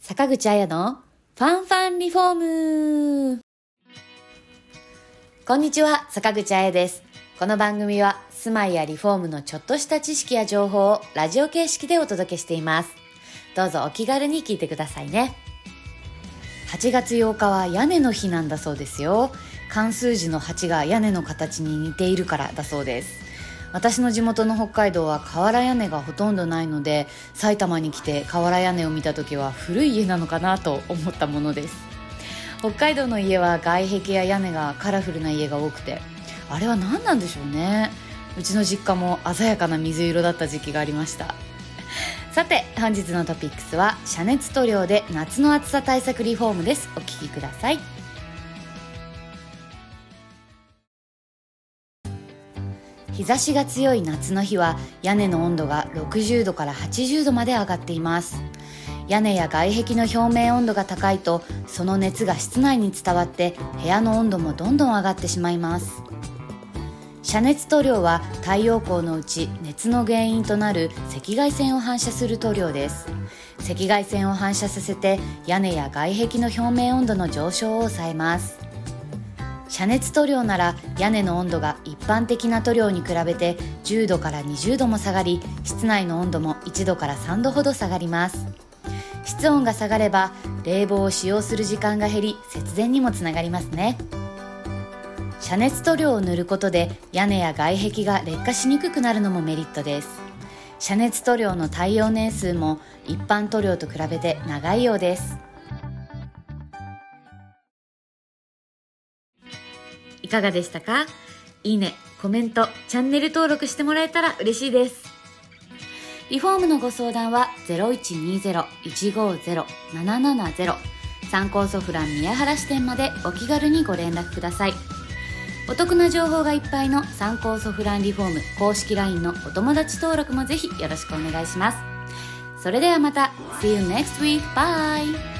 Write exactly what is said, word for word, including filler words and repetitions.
坂口彩のファンファンリフォーム。こんにちは、坂口彩です。この番組は住まいやリフォームのちょっとした知識や情報をラジオ形式でお届けしています。どうぞお気軽に聞いてくださいね。はちがつようかは屋根の日なんだそうですよ。漢数字のはちが屋根の形に似ているからだそうです。私の地元の北海道は瓦屋根がほとんどないので、埼玉に来て瓦屋根を見た時は古い家なのかなと思ったものです。北海道の家は外壁や屋根がカラフルな家が多くて、あれは何なんでしょうね。うちの実家も鮮やかな水色だった時期がありました。さて本日のトピックスは遮熱塗料で夏の暑さ対策リフォームです。お聞きください。日差しが強い夏の日は屋根の温度がろくじゅうどからはちじゅうどまで上がっています。屋根や外壁の表面温度が高いと、その熱が室内に伝わって部屋の温度もどんどん上がってしまいます。遮熱塗料は太陽光のうち熱の原因となる赤外線を反射する塗料です。赤外線を反射させて屋根や外壁の表面温度の上昇を抑えます。遮熱塗料なら屋根の温度が一般的な塗料に比べてじゅうどからにじゅうども下がり、室内の温度もいちどからさんどほど下がります。室温が下がれば冷房を使用する時間が減り、節電にもつながりますね。遮熱塗料を塗ることで屋根や外壁が劣化しにくくなるのもメリットです。遮熱塗料の耐用年数も一般塗料と比べて長いようです。いかがでしたか？いいね、コメント、チャンネル登録してもらえたら嬉しいです。リフォームのご相談は ゼロいちにゼロ いちごゼロ ななななゼロ 参考ソフラン宮原支店までお気軽にご連絡ください。お得な情報がいっぱいの参考ソフランリフォーム公式 ライン のお友達登録もぜひよろしくお願いします。それではまた See you next week. Bye!